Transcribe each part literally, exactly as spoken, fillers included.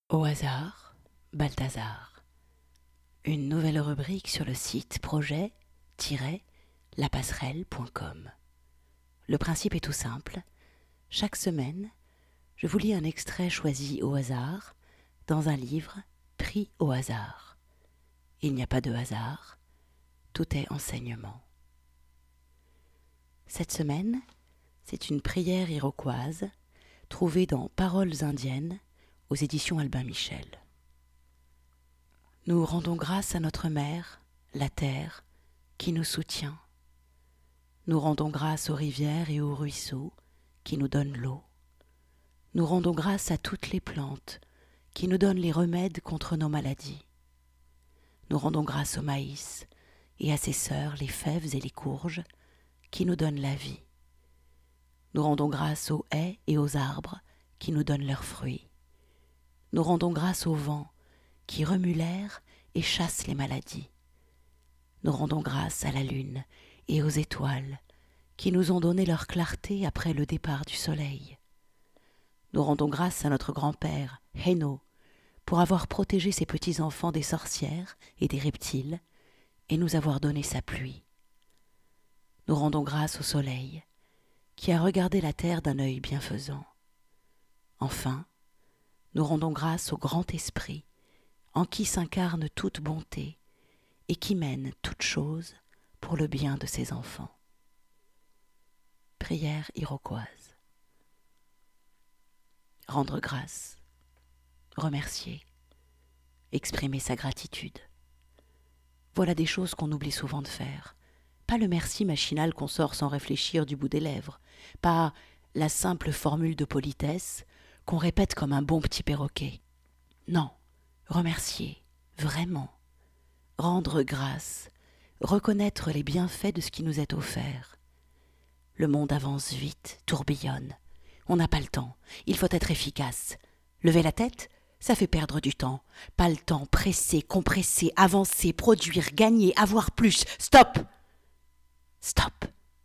Au hasard, Balthazar. Une nouvelle rubrique sur le site projet-la passerelle point com. Le principe est tout simple. Chaque semaine, je vous lis un extrait choisi au hasard dans un livre pris au hasard. Il n'y a pas de hasard, tout est enseignement. Cette semaine, c'est une prière iroquoise trouvée dans Paroles indiennes aux éditions Albin Michel. Nous rendons grâce à notre mère, la terre, qui nous soutient. Nous rendons grâce aux rivières et aux ruisseaux qui nous donnent l'eau. Nous rendons grâce à toutes les plantes qui nous donnent les remèdes contre nos maladies. Nous rendons grâce au maïs et à ses sœurs, les fèves et les courges, qui nous donnent la vie. Nous rendons grâce aux haies et aux arbres qui nous donnent leurs fruits. Nous rendons grâce au vent qui remue l'air et chasse les maladies. Nous rendons grâce à la lune et aux étoiles qui nous ont donné leur clarté après le départ du soleil. Nous rendons grâce à notre grand-père, Héno, pour avoir protégé ses petits-enfants des sorcières et des reptiles et nous avoir donné sa pluie. Nous rendons grâce au soleil qui a regardé la terre d'un œil bienfaisant. Enfin, nous rendons grâce au grand esprit en qui s'incarne toute bonté et qui mène toute chose pour le bien de ses enfants. Prière iroquoise. Rendre grâce, remercier, exprimer sa gratitude. Voilà des choses qu'on oublie souvent de faire. Pas le merci machinal qu'on sort sans réfléchir du bout des lèvres, pas la simple formule de politesse qu'on répète comme un bon petit perroquet. Non, remercier, vraiment, rendre grâce, reconnaître les bienfaits de ce qui nous est offert. Le monde avance vite, tourbillonne. On n'a pas le temps, il faut être efficace. Lever la tête, ça fait perdre du temps. Pas le temps, presser, compresser, avancer, produire, gagner, avoir plus. Stop! Stop!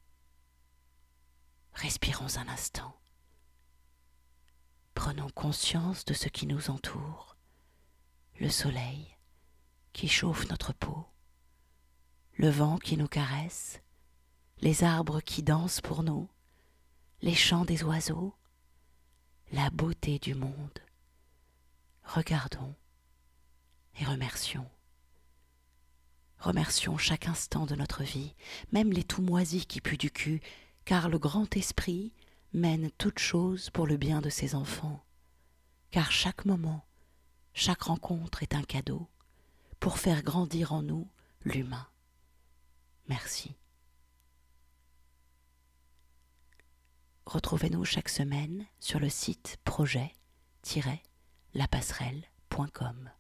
Respirons un instant. Prenons conscience de ce qui nous entoure. Le soleil qui chauffe notre peau, le vent qui nous caresse, les arbres qui dansent pour nous, les chants des oiseaux, la beauté du monde. Regardons et remercions. Remercions chaque instant de notre vie, même les tout moisis qui puent du cul, car le grand esprit mène toute chose pour le bien de ses enfants, car chaque moment, chaque rencontre est un cadeau pour faire grandir en nous l'humain. Merci. Retrouvez-nous chaque semaine sur le site projet-la passerelle point com.